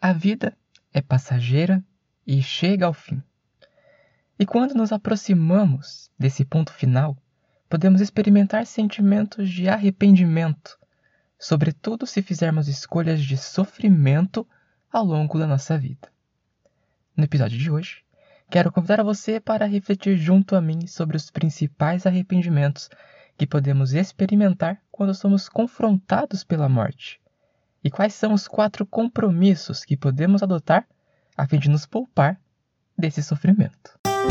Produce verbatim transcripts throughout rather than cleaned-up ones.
A vida é passageira e chega ao fim. E quando nos aproximamos desse ponto final, podemos experimentar sentimentos de arrependimento, sobretudo se fizermos escolhas de sofrimento ao longo da nossa vida. No episódio de hoje, quero convidar você para refletir junto a mim sobre os principais arrependimentos que podemos experimentar quando somos confrontados pela morte. E quais são os quatro compromissos que podemos adotar a fim de nos poupar desse sofrimento.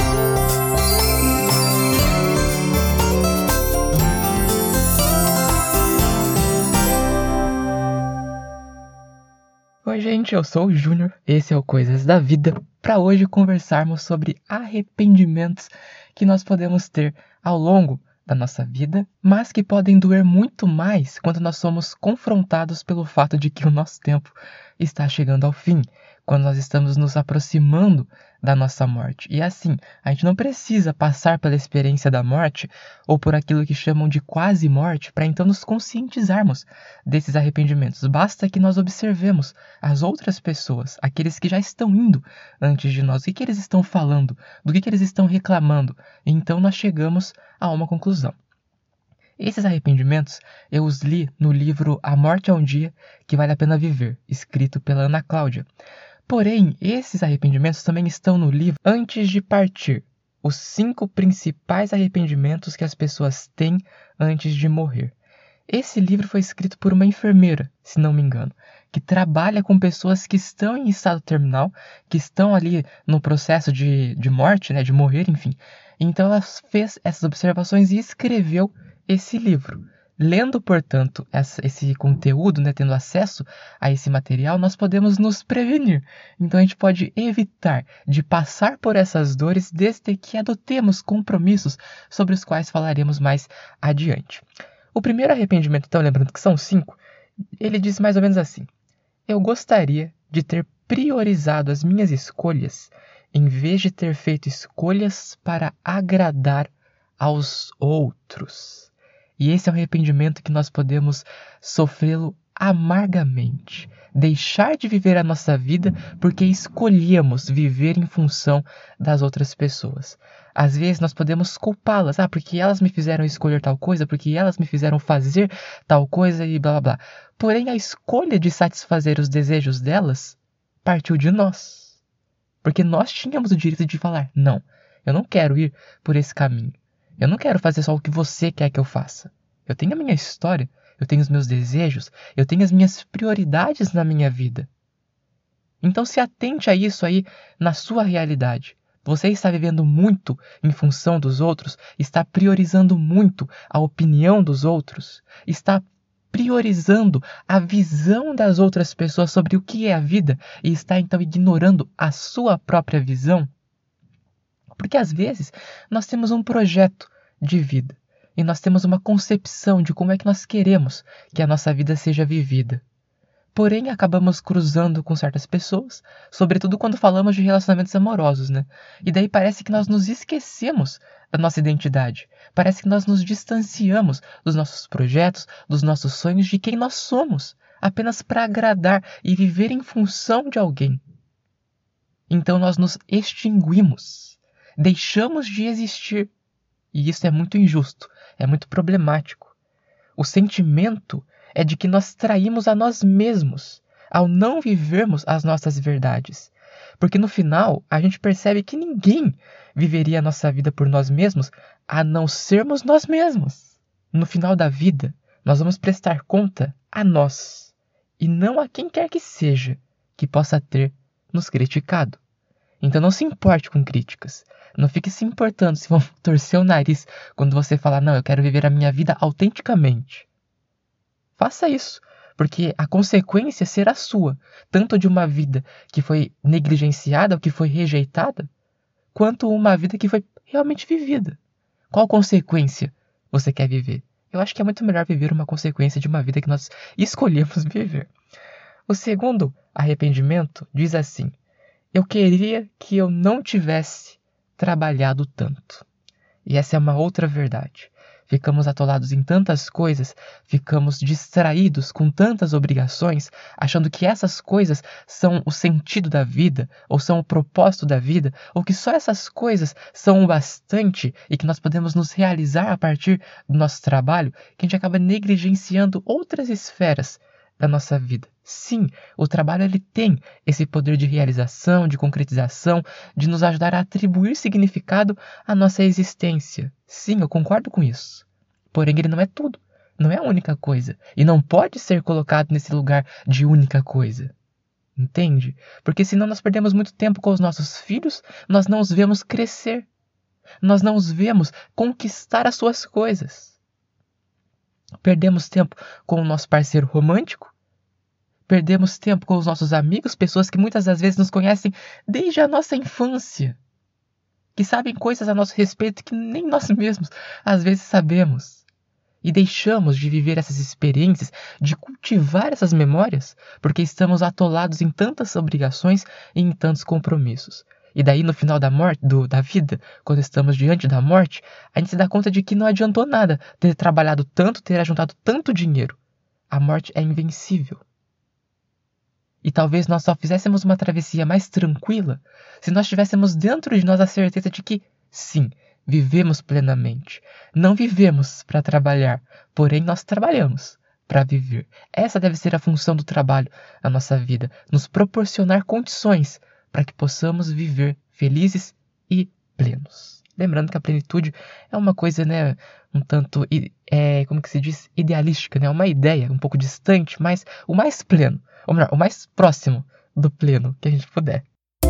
Oi gente, eu sou o Júnior, esse é o Coisas da Vida, para hoje conversarmos sobre arrependimentos que nós podemos ter ao longo da nossa vida, mas que podem doer muito mais quando nós somos confrontados pelo fato de que o nosso tempo está chegando ao fim, quando nós estamos nos aproximando da nossa morte. E assim, a gente não precisa passar pela experiência da morte ou por aquilo que chamam de quase morte para então nos conscientizarmos desses arrependimentos. Basta que nós observemos as outras pessoas, aqueles que já estão indo antes de nós, o que, que eles estão falando, do que, que eles estão reclamando. E então nós chegamos a uma conclusão. Esses arrependimentos eu os li no livro A Morte é um Dia que Vale a Pena Viver, escrito pela Ana Cláudia. Porém, esses arrependimentos também estão no livro Antes de Partir, os cinco principais arrependimentos que as pessoas têm antes de morrer. Esse livro foi escrito por uma enfermeira, se não me engano, que trabalha com pessoas que estão em estado terminal, que estão ali no processo de, de morte, né, de morrer, enfim. Então ela fez essas observações e escreveu esse livro. Lendo, portanto, essa, esse conteúdo, né, tendo acesso a esse material, nós podemos nos prevenir. Então a gente pode evitar de passar por essas dores desde que adotemos compromissos sobre os quais falaremos mais adiante. O primeiro arrependimento, então, lembrando que são cinco, ele diz mais ou menos assim: eu gostaria de ter priorizado as minhas escolhas em vez de ter feito escolhas para agradar aos outros. E esse é um arrependimento que nós podemos sofrê-lo amargamente. Deixar de viver a nossa vida porque escolhemos viver em função das outras pessoas. Às vezes nós podemos culpá-las, ah, porque elas me fizeram escolher tal coisa, porque elas me fizeram fazer tal coisa e blá blá blá. Porém, a escolha de satisfazer os desejos delas partiu de nós. Porque nós tínhamos o direito de falar, não, eu não quero ir por esse caminho. Eu não quero fazer só o que você quer que eu faça. Eu tenho a minha história, eu tenho os meus desejos, eu tenho as minhas prioridades na minha vida. Então se atente a isso aí na sua realidade. Você está vivendo muito em função dos outros, está priorizando muito a opinião dos outros, está priorizando a visão das outras pessoas sobre o que é a vida e está então ignorando a sua própria visão. Porque às vezes nós temos um projeto de vida e nós temos uma concepção de como é que nós queremos que a nossa vida seja vivida. Porém, acabamos cruzando com certas pessoas, sobretudo quando falamos de relacionamentos amorosos, né? E daí parece que nós nos esquecemos da nossa identidade. Parece que nós nos distanciamos dos nossos projetos, dos nossos sonhos, de quem nós somos, apenas para agradar e viver em função de alguém. Então nós nos extinguimos. Deixamos de existir. E isso é muito injusto, é muito problemático. O sentimento é de que nós traímos a nós mesmos ao não vivermos as nossas verdades. Porque no final, a gente percebe que ninguém viveria a nossa vida por nós mesmos a não sermos nós mesmos. No final da vida, nós vamos prestar conta a nós e não a quem quer que seja que possa ter nos criticado. Então não se importe com críticas. Não fique se importando se vão torcer o nariz quando você falar, não, eu quero viver a minha vida autenticamente. Faça isso, porque a consequência será sua, tanto de uma vida que foi negligenciada ou que foi rejeitada, quanto uma vida que foi realmente vivida. Qual consequência você quer viver? Eu acho que é muito melhor viver uma consequência de uma vida que nós escolhemos viver. O segundo arrependimento diz assim: eu queria que eu não tivesse trabalhado tanto. E essa é uma outra verdade. ficamos atolados em tantas coisas, ficamos distraídos com tantas obrigações, achando que essas coisas são o sentido da vida, ou são o propósito da vida, ou que só essas coisas são o bastante e que nós podemos nos realizar a partir do nosso trabalho, que a gente acaba negligenciando outras esferas da nossa vida. Sim, o trabalho ele tem esse poder de realização, de concretização, de nos ajudar a atribuir significado à nossa existência. Sim, eu concordo com isso. Porém, ele não é tudo, não é a única coisa, e não pode ser colocado nesse lugar de única coisa. Entende? Porque senão nós perdemos muito tempo com os nossos filhos, nós não os vemos crescer, nós não os vemos conquistar as suas coisas. Perdemos tempo com o nosso parceiro romântico, perdemos tempo com os nossos amigos, pessoas que muitas das vezes nos conhecem desde a nossa infância, que sabem coisas a nosso respeito que nem nós mesmos às vezes sabemos. E deixamos de viver essas experiências, de cultivar essas memórias, porque estamos atolados em tantas obrigações e em tantos compromissos. E daí no final da morte, do, da vida, quando estamos diante da morte, a gente se dá conta de que não adiantou nada ter trabalhado tanto, ter ajuntado tanto dinheiro. A morte é invencível. E talvez nós só fizéssemos uma travessia mais tranquila se nós tivéssemos dentro de nós a certeza de que, sim, vivemos plenamente. Não vivemos para trabalhar, porém nós trabalhamos para viver. Essa deve ser a função do trabalho na nossa vida, nos proporcionar condições para que possamos viver felizes e plenos. Lembrando que a plenitude é uma coisa, né, um tanto, é, como que se diz, idealística, né, uma ideia um pouco distante, mas o mais pleno, ou melhor, o mais próximo do pleno que a gente puder.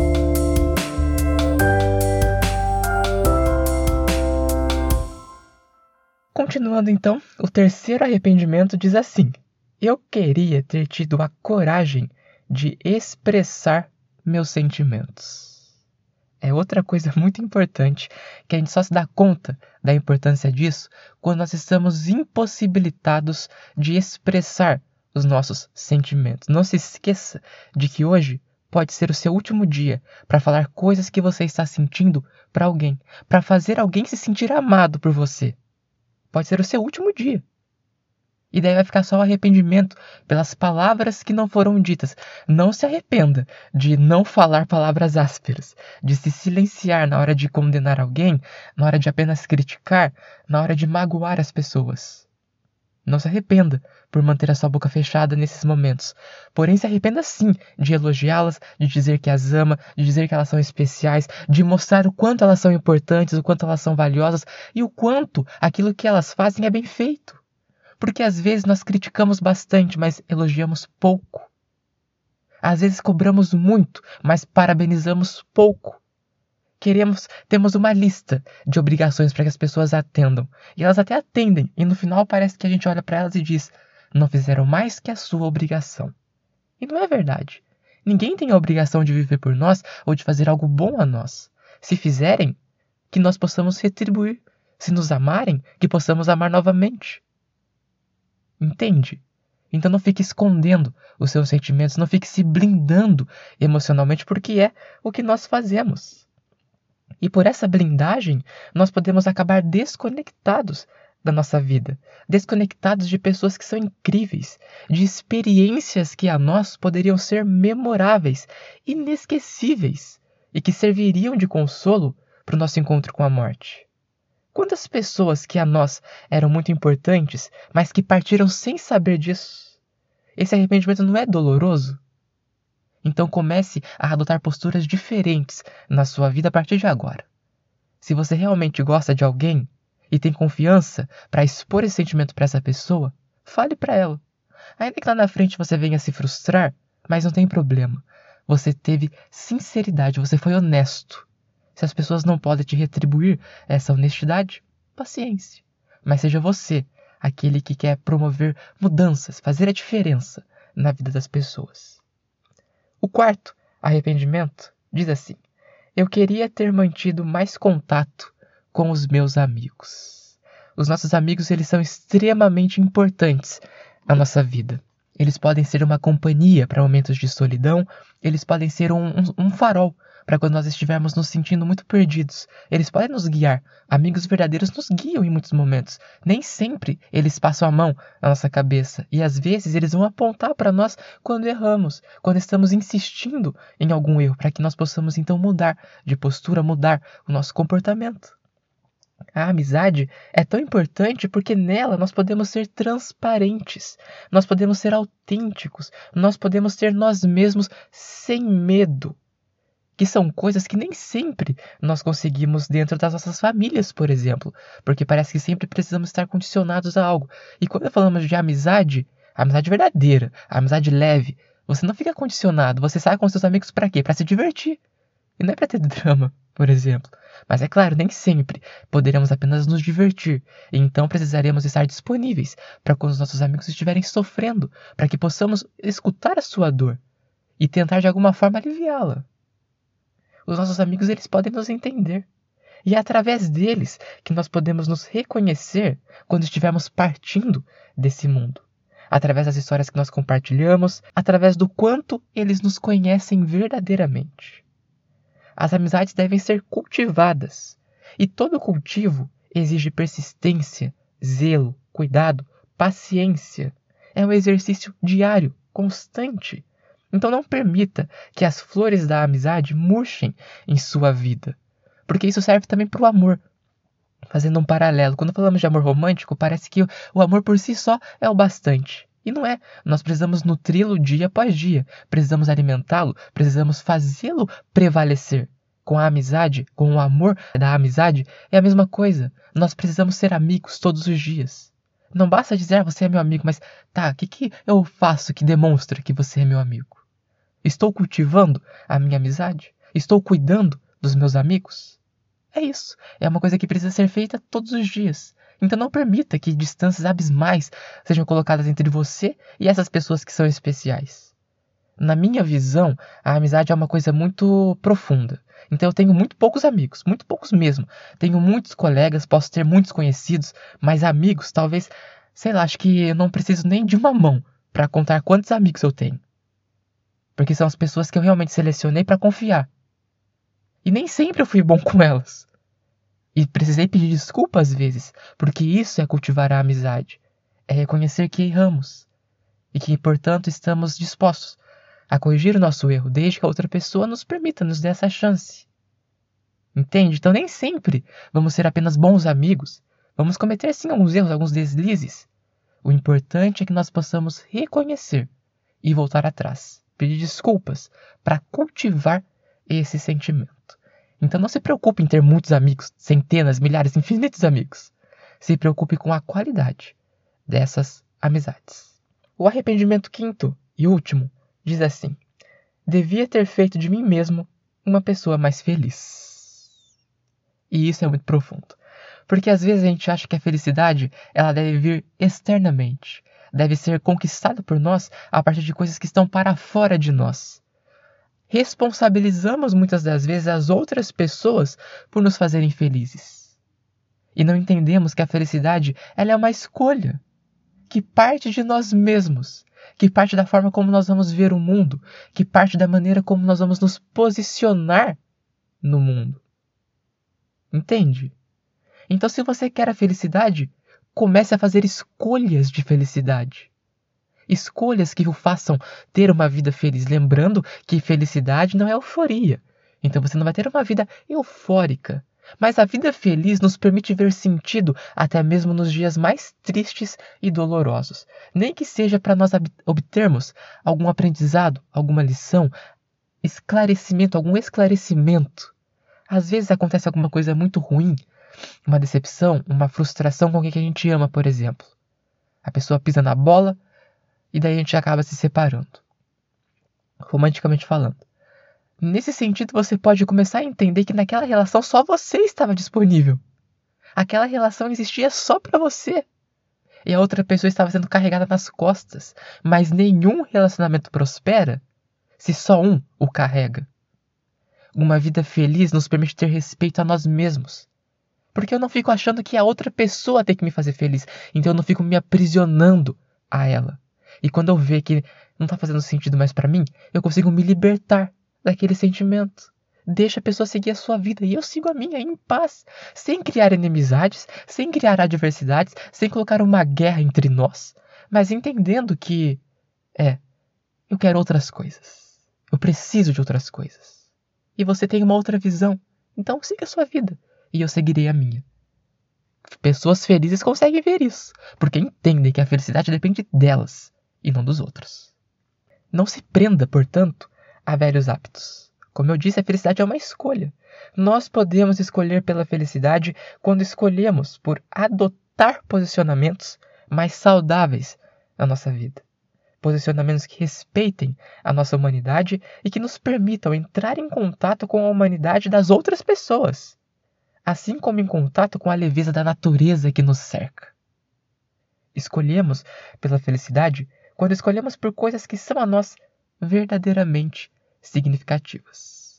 Continuando então, o terceiro arrependimento diz assim: eu queria ter tido a coragem de expressar meus sentimentos. É outra coisa muito importante, que a gente só se dá conta da importância disso quando nós estamos impossibilitados de expressar os nossos sentimentos. Não se esqueça de que hoje pode ser o seu último dia para falar coisas que você está sentindo para alguém, para fazer alguém se sentir amado por você. Pode ser o seu último dia. E daí vai ficar só o arrependimento pelas palavras que não foram ditas. Não se arrependa de não falar palavras ásperas, de se silenciar na hora de condenar alguém, na hora de apenas criticar, na hora de magoar as pessoas. Não se arrependa por manter a sua boca fechada nesses momentos. Porém, se arrependa sim de elogiá-las, de dizer que as ama, de dizer que elas são especiais, de mostrar o quanto elas são importantes, o quanto elas são valiosas e o quanto aquilo que elas fazem é bem feito. Porque às vezes nós criticamos bastante, mas elogiamos pouco. Às vezes cobramos muito, mas parabenizamos pouco. Queremos, temos uma lista de obrigações para que as pessoas atendam. E elas até atendem. E no final parece que a gente olha para elas e diz: não fizeram mais que a sua obrigação. E não é verdade. Ninguém tem a obrigação de viver por nós ou de fazer algo bom a nós. Se fizerem, que nós possamos retribuir. Se nos amarem, que possamos amar novamente. Entende? Então não fique escondendo os seus sentimentos, não fique se blindando emocionalmente, porque é o que nós fazemos. E por essa blindagem, nós podemos acabar desconectados da nossa vida, desconectados de pessoas que são incríveis, de experiências que a nós poderiam ser memoráveis, inesquecíveis, e que serviriam de consolo para o nosso encontro com a morte. Quantas pessoas que a nós eram muito importantes, mas que partiram sem saber disso? Esse arrependimento não é doloroso? Então comece a adotar posturas diferentes na sua vida a partir de agora. Se você realmente gosta de alguém e tem confiança para expor esse sentimento para essa pessoa, fale para ela. Ainda que lá na frente você venha se frustrar, mas não tem problema. Você teve sinceridade, você foi honesto. Se as pessoas não podem te retribuir essa honestidade, paciência. Mas seja você aquele que quer promover mudanças, fazer a diferença na vida das pessoas. O quarto arrependimento diz assim: eu queria ter mantido mais contato com os meus amigos. Os nossos amigos, eles são extremamente importantes na nossa vida. Eles podem ser uma companhia para momentos de solidão, eles podem ser um, um, um farol para quando nós estivermos nos sentindo muito perdidos. Eles podem nos guiar. Amigos verdadeiros nos guiam em muitos momentos. Nem sempre eles passam a mão na nossa cabeça. E às vezes eles vão apontar para nós quando erramos, quando estamos insistindo em algum erro, para que nós possamos então mudar de postura, mudar o nosso comportamento. A amizade é tão importante porque nela nós podemos ser transparentes, nós podemos ser autênticos, nós podemos ser nós mesmos sem medo, que são coisas que nem sempre nós conseguimos dentro das nossas famílias, por exemplo, porque parece que sempre precisamos estar condicionados a algo. E quando falamos de amizade, a amizade verdadeira, a amizade leve, você não fica condicionado, você sai com seus amigos para quê? Para se divertir. E não é para ter drama, por exemplo. Mas é claro, nem sempre poderemos apenas nos divertir. E então precisaremos estar disponíveis para quando os nossos amigos estiverem sofrendo, para que possamos escutar a sua dor e tentar de alguma forma aliviá-la. Os nossos amigos, eles podem nos entender. E é através deles que nós podemos nos reconhecer quando estivermos partindo desse mundo. Através das histórias que nós compartilhamos, através do quanto eles nos conhecem verdadeiramente. As amizades devem ser cultivadas, e todo cultivo exige persistência, zelo, cuidado, paciência. É um exercício diário, constante. Então não permita que as flores da amizade murchem em sua vida, porque isso serve também para o amor. Fazendo um paralelo, quando falamos de amor romântico, parece que o amor por si só é o bastante. E não é. Nós precisamos nutri-lo dia após dia. Precisamos alimentá-lo. Precisamos fazê-lo prevalecer. Com a amizade, com o amor da amizade, é a mesma coisa. Nós precisamos ser amigos todos os dias. Não basta dizer, ah, você é meu amigo, mas tá, o que, que eu faço que demonstra que você é meu amigo? Estou cultivando a minha amizade? Estou cuidando dos meus amigos? É isso. É uma coisa que precisa ser feita todos os dias. Então não permita que distâncias abismais sejam colocadas entre você e essas pessoas que são especiais. Na minha visão, a amizade é uma coisa muito profunda. Então eu tenho muito poucos amigos, muito poucos mesmo. Tenho muitos colegas, posso ter muitos conhecidos, mas amigos, talvez, sei lá, acho que eu não preciso nem de uma mão para contar quantos amigos eu tenho. Porque são as pessoas que eu realmente selecionei para confiar. E nem sempre eu fui bom com elas. E precisei pedir desculpa às vezes, porque isso é cultivar a amizade. É reconhecer que erramos. E que, portanto, estamos dispostos a corrigir o nosso erro, desde que a outra pessoa nos permita, nos dê essa chance. Entende? Então nem sempre vamos ser apenas bons amigos. Vamos cometer sim alguns erros, alguns deslizes. O importante é que nós possamos reconhecer e voltar atrás. Pedir desculpas para cultivar esse sentimento. Então não se preocupe em ter muitos amigos, centenas, milhares, infinitos amigos. Se preocupe com a qualidade dessas amizades. O arrependimento quinto e último diz assim: devia ter feito de mim mesmo uma pessoa mais feliz. E isso é muito profundo. Porque às vezes a gente acha que a felicidade ela deve vir externamente. Deve ser conquistada por nós a partir de coisas que estão para fora de nós. Responsabilizamos muitas das vezes as outras pessoas por nos fazerem felizes. E não entendemos que a felicidade ela é uma escolha que parte de nós mesmos, que parte da forma como nós vamos ver o mundo, que parte da maneira como nós vamos nos posicionar no mundo. Entende? Então, se você quer a felicidade, comece a fazer escolhas de felicidade. Escolhas que o façam ter uma vida feliz. Lembrando que felicidade não é euforia. Então você não vai ter uma vida eufórica. Mas a vida feliz nos permite ver sentido até mesmo nos dias mais tristes e dolorosos. Nem que seja para nós obtermos algum aprendizado, alguma lição, esclarecimento, algum esclarecimento. Às vezes acontece alguma coisa muito ruim, uma decepção, uma frustração com alguém que a gente ama, por exemplo. A pessoa pisa na bola, e daí a gente acaba se separando, romanticamente falando. Nesse sentido, você pode começar a entender que naquela relação só você estava disponível. Aquela relação existia só para você. E a outra pessoa estava sendo carregada nas costas. Mas nenhum relacionamento prospera se só um o carrega. Uma vida feliz nos permite ter respeito a nós mesmos. Porque eu não fico achando que a outra pessoa tem que me fazer feliz. Então eu não fico me aprisionando a ela. E quando eu ver que não está fazendo sentido mais para mim, eu consigo me libertar daquele sentimento. Deixa a pessoa seguir a sua vida e eu sigo a minha em paz, sem criar inimizades, sem criar adversidades, sem colocar uma guerra entre nós, mas entendendo que, é, eu quero outras coisas. Eu preciso de outras coisas. E você tem uma outra visão, então siga a sua vida e eu seguirei a minha. Pessoas felizes conseguem ver isso, porque entendem que a felicidade depende delas e não dos outros. Não se prenda, portanto, a velhos hábitos. Como eu disse, a felicidade é uma escolha. Nós podemos escolher pela felicidade quando escolhemos por adotar posicionamentos mais saudáveis na nossa vida. Posicionamentos que respeitem a nossa humanidade e que nos permitam entrar em contato com a humanidade das outras pessoas, assim como em contato com a leveza da natureza que nos cerca. Escolhemos pela felicidade quando escolhemos por coisas que são a nós verdadeiramente significativas.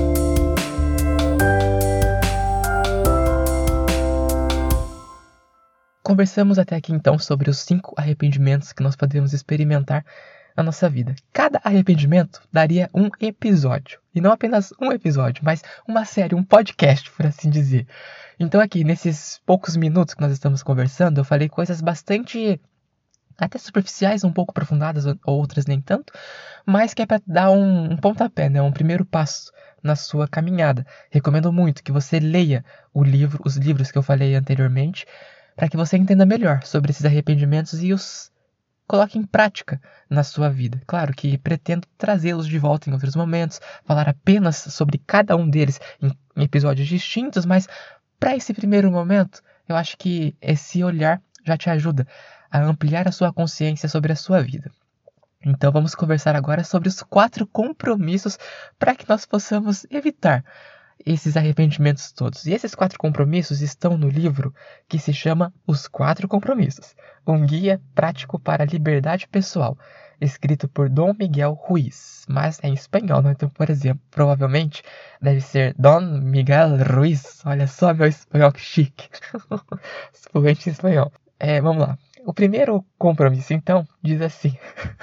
Conversamos até aqui então sobre os cinco arrependimentos que nós podemos experimentar na nossa vida. Cada arrependimento daria um episódio. E não apenas um episódio, mas uma série, um podcast, por assim dizer. Então aqui, nesses poucos minutos que nós estamos conversando, eu falei coisas bastante até superficiais, um pouco aprofundadas, outras nem tanto, mas que é para dar um, um pontapé, né? Um primeiro passo na sua caminhada. Recomendo muito que você leia o livro, os livros que eu falei anteriormente, para que você entenda melhor sobre esses arrependimentos e os coloque em prática na sua vida. Claro que pretendo trazê-los de volta em outros momentos, falar apenas sobre cada um deles em, em episódios distintos, mas para esse primeiro momento, eu acho que esse olhar já te ajuda a ampliar a sua consciência sobre a sua vida. Então vamos conversar agora sobre os quatro compromissos para que nós possamos evitar esses arrependimentos todos. E esses quatro compromissos estão no livro que se chama Os Quatro Compromissos, um guia prático para a liberdade pessoal, escrito por Dom Miguel Ruiz, mas é em espanhol, né? Então, por exemplo, provavelmente deve ser Dom Miguel Ruiz. Olha só meu espanhol que chique. Fluente em espanhol. É, vamos lá. O primeiro compromisso, então, diz assim: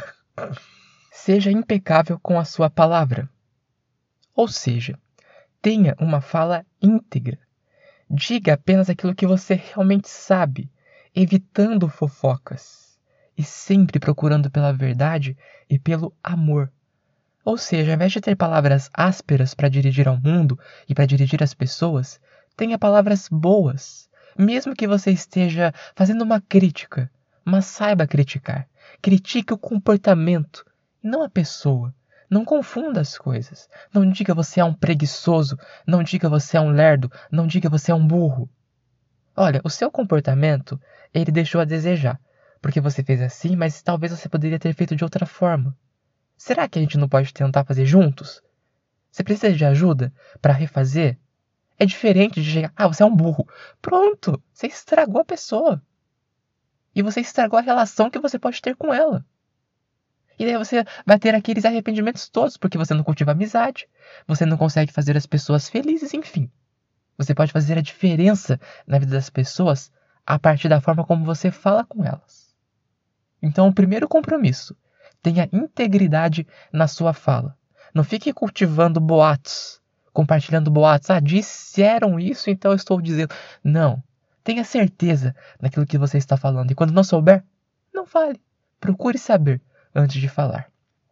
seja impecável com a sua palavra. Ou seja, tenha uma fala íntegra. Diga apenas aquilo que você realmente sabe, evitando fofocas e sempre procurando pela verdade e pelo amor. Ou seja, ao invés de ter palavras ásperas para dirigir ao mundo e para dirigir às pessoas, tenha palavras boas, mesmo que você esteja fazendo uma crítica, mas saiba criticar. Critique o comportamento, não a pessoa. Não confunda as coisas. Não diga você é um preguiçoso. Não diga você é um lerdo. Não diga você é um burro. Olha, o seu comportamento, ele deixou a desejar. Porque você fez assim, mas talvez você poderia ter feito de outra forma. Será que a gente não pode tentar fazer juntos? Você precisa de ajuda para refazer? É diferente de chegar, ah, você é um burro. Pronto, você estragou a pessoa. E você estragou a relação que você pode ter com ela. E daí você vai ter aqueles arrependimentos todos, porque você não cultiva amizade, você não consegue fazer as pessoas felizes, enfim. Você pode fazer a diferença na vida das pessoas a partir da forma como você fala com elas. Então, o primeiro compromisso, tenha integridade na sua fala. Não fique cultivando boatos, compartilhando boatos. Ah, disseram isso, então eu estou dizendo. Não. Tenha certeza naquilo que você está falando. E quando não souber, não fale. Procure saber antes de falar.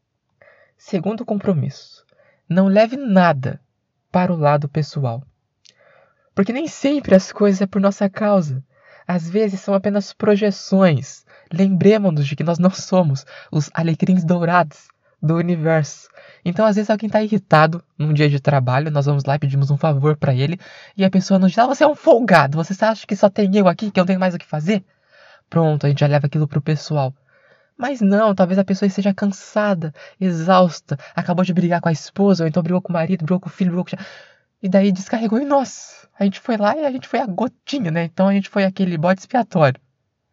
Segundo compromisso, não leve nada para o lado pessoal. Porque nem sempre as coisas é por nossa causa. Às vezes são apenas projeções. Lembremos-nos de que nós não somos os alecrins dourados do universo. Então, às vezes, alguém está irritado num dia de trabalho, nós vamos lá e pedimos um favor para ele, e a pessoa nos diz, ah, você é um folgado, você acha que só tem eu aqui, que eu não tenho mais o que fazer? Pronto, a gente já leva aquilo pro pessoal. Mas não, talvez a pessoa esteja cansada, exausta, acabou de brigar com a esposa, ou então brigou com o marido, brigou com o filho, brigou com... E daí descarregou em nós. A gente foi lá e a gente foi a gotinha, né? Então a gente foi aquele bode expiatório.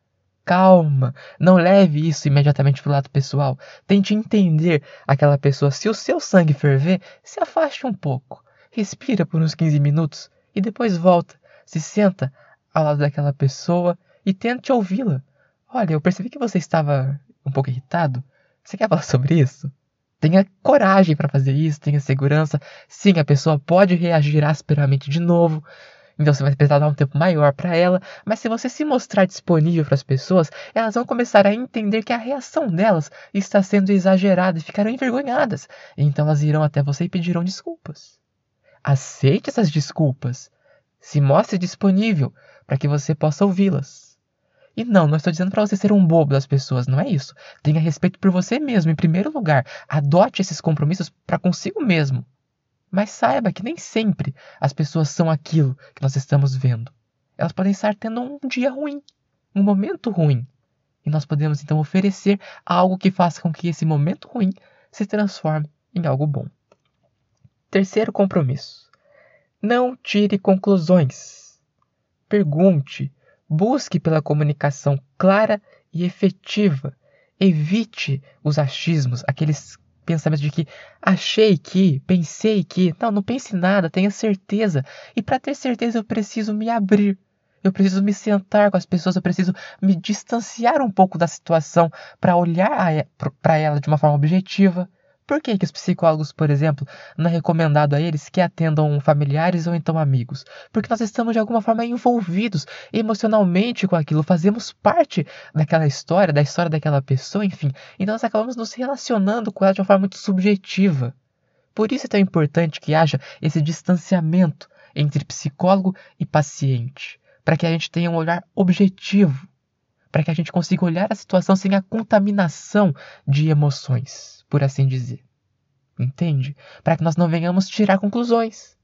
Calma, não leve isso imediatamente pro lado pessoal. Tente entender aquela pessoa. Se o seu sangue ferver, se afaste um pouco. Respira por uns quinze minutos e depois volta. Se senta ao lado daquela pessoa e tente ouvi-la. Olha, eu percebi que você estava um pouco irritado. Você quer falar sobre isso? Tenha coragem para fazer isso, tenha segurança. Sim, a pessoa pode reagir asperamente de novo, então você vai precisar dar um tempo maior para ela, mas se você se mostrar disponível para as pessoas, elas vão começar a entender que a reação delas está sendo exagerada e ficarão envergonhadas. Então elas irão até você e pedirão desculpas. Aceite essas desculpas. Se mostre disponível para que você possa ouvi-las. E não, não estou dizendo para você ser um bobo das pessoas, não é isso. Tenha respeito por você mesmo, em primeiro lugar. Adote esses compromissos para consigo mesmo. Mas saiba que nem sempre as pessoas são aquilo que nós estamos vendo. Elas podem estar tendo um dia ruim, um momento ruim. E nós podemos então oferecer algo que faça com que esse momento ruim se transforme em algo bom. Terceiro compromisso. Não tire conclusões. Pergunte. Busque pela comunicação clara e efetiva. Evite os achismos, aqueles pensamentos de que achei que, pensei que. Não, não pense em nada, tenha certeza. E para ter certeza eu preciso me abrir. Eu preciso me sentar com as pessoas, eu preciso me distanciar um pouco da situação para olhar para ela de uma forma objetiva. Por que que os psicólogos, por exemplo, não é recomendado a eles que atendam familiares ou então amigos? Porque nós estamos de alguma forma envolvidos emocionalmente com aquilo, fazemos parte daquela história, da história daquela pessoa, enfim. Então nós acabamos nos relacionando com ela de uma forma muito subjetiva. Por isso é tão importante que haja esse distanciamento entre psicólogo e paciente, para que a gente tenha um olhar objetivo, para que a gente consiga olhar a situação sem a contaminação de emoções, por assim dizer. Entende? Para que nós não venhamos tirar conclusões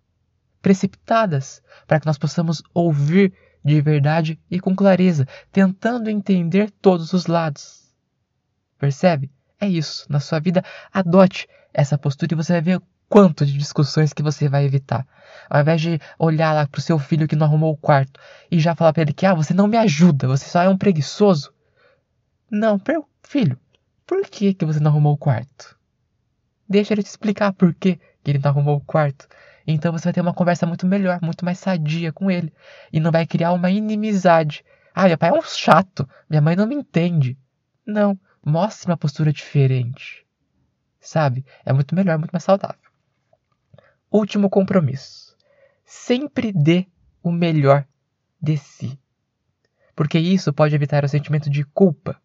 precipitadas, para que nós possamos ouvir de verdade e com clareza, tentando entender todos os lados. Percebe? É isso. Na sua vida, adote essa postura e você vai ver o quanto de discussões que você vai evitar. Ao invés de olhar lá pro seu filho que não arrumou o quarto e já falar para ele que ah, você não me ajuda, você só é um preguiçoso. Não, filho, por que que você não arrumou o quarto? Deixa ele te explicar por que que ele não arrumou o quarto. Então você vai ter uma conversa muito melhor, muito mais sadia com ele. E não vai criar uma inimizade. Ah, meu pai é um chato, minha mãe não me entende. Não, mostre uma postura diferente. Sabe? É muito melhor, muito mais saudável. Último compromisso. Sempre dê o melhor de si. Porque isso pode evitar o sentimento de culpa.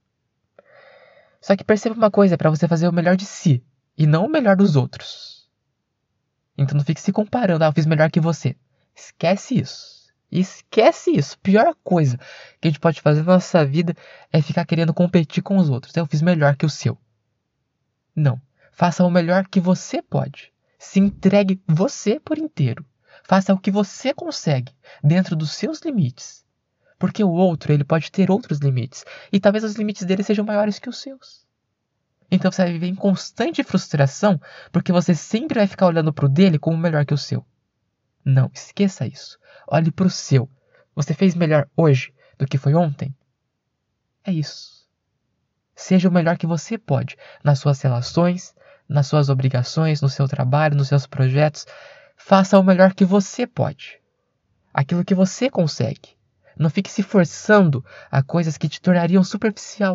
Só que perceba uma coisa, para você fazer o melhor de si. E não o melhor dos outros. Então não fique se comparando. Ah, eu fiz melhor que você. Esquece isso. Esquece isso. Pior coisa que a gente pode fazer na nossa vida é ficar querendo competir com os outros. Eu fiz melhor que o seu. Não. Faça o melhor que você pode. Se entregue você por inteiro. Faça o que você consegue, dentro dos seus limites. Porque o outro, ele pode ter outros limites. E talvez os limites dele sejam maiores que os seus. Então você vai viver em constante frustração, porque você sempre vai ficar olhando para o dele como melhor que o seu. Não, esqueça isso. Olhe para o seu. Você fez melhor hoje do que foi ontem? É isso. Seja o melhor que você pode, nas suas relações, nas suas obrigações, no seu trabalho, nos seus projetos. Faça o melhor que você pode. Aquilo que você consegue. Não fique se forçando a coisas que te tornariam superficial.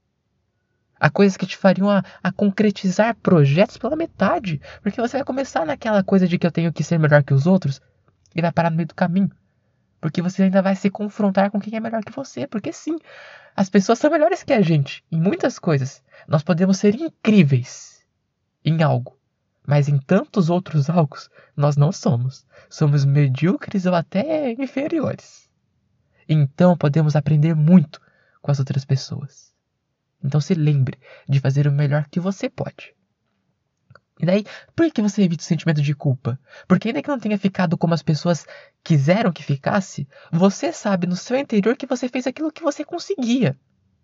Há coisas que te fariam a, a concretizar projetos pela metade. Porque você vai começar naquela coisa de que eu tenho que ser melhor que os outros e vai parar no meio do caminho. Porque você ainda vai se confrontar com quem é melhor que você. Porque sim, as pessoas são melhores que a gente em muitas coisas. Nós podemos ser incríveis em algo. Mas em tantos outros algo nós não somos. Somos medíocres ou até inferiores. Então podemos aprender muito com as outras pessoas. Então se lembre de fazer o melhor que você pode. E daí, por que você evita o sentimento de culpa? Porque ainda que não tenha ficado como as pessoas quiseram que ficasse, você sabe no seu interior que você fez aquilo que você conseguia.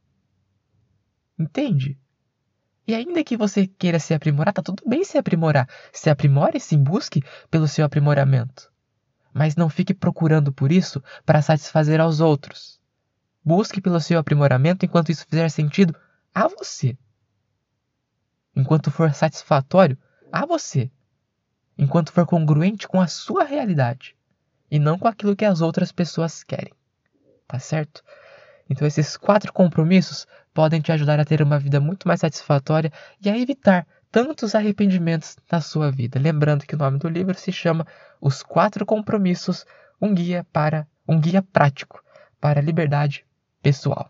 Entende? E ainda que você queira se aprimorar, tá tudo bem se aprimorar. Se aprimore e se busque pelo seu aprimoramento. Mas não fique procurando por isso para satisfazer aos outros. Busque pelo seu aprimoramento enquanto isso fizer sentido a você. Enquanto for satisfatório a você. Enquanto for congruente com a sua realidade. E não com aquilo que as outras pessoas querem. Tá certo? Então esses quatro compromissos podem te ajudar a ter uma vida muito mais satisfatória e a evitar tantos arrependimentos na sua vida. Lembrando que o nome do livro se chama Os Quatro Compromissos, um guia para um guia prático para a liberdade pessoal.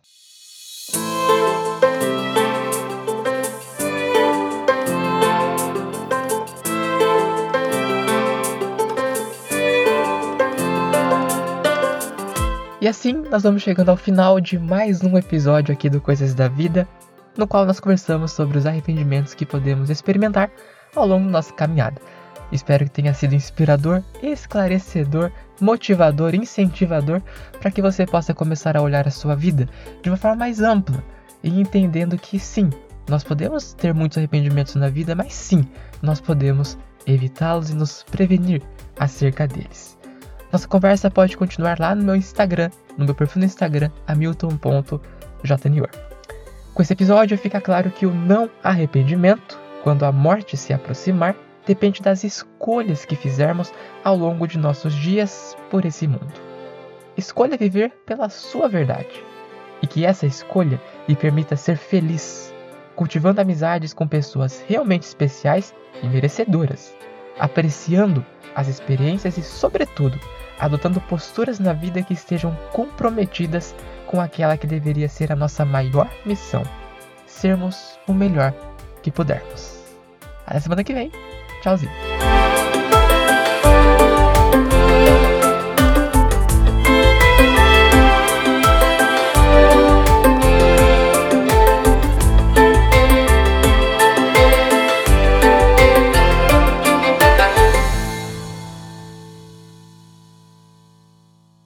E assim nós vamos chegando ao final de mais um episódio aqui do Coisas da Vida, no qual nós conversamos sobre os arrependimentos que podemos experimentar ao longo da nossa caminhada. Espero que tenha sido inspirador, esclarecedor, motivador, incentivador, para que você possa começar a olhar a sua vida de uma forma mais ampla e entendendo que sim, nós podemos ter muitos arrependimentos na vida, mas sim, nós podemos evitá-los e nos prevenir acerca deles. Nossa conversa pode continuar lá no meu Instagram, no meu perfil no Instagram, hamilton ponto junior. Com esse episódio fica claro que o não arrependimento, quando a morte se aproximar, depende das escolhas que fizermos ao longo de nossos dias por esse mundo. Escolha viver pela sua verdade, e que essa escolha lhe permita ser feliz, cultivando amizades com pessoas realmente especiais e merecedoras, apreciando as experiências e, sobretudo, adotando posturas na vida que estejam comprometidas com aquela que deveria ser a nossa maior missão: sermos o melhor que pudermos. Até semana que vem. Tchauzinho.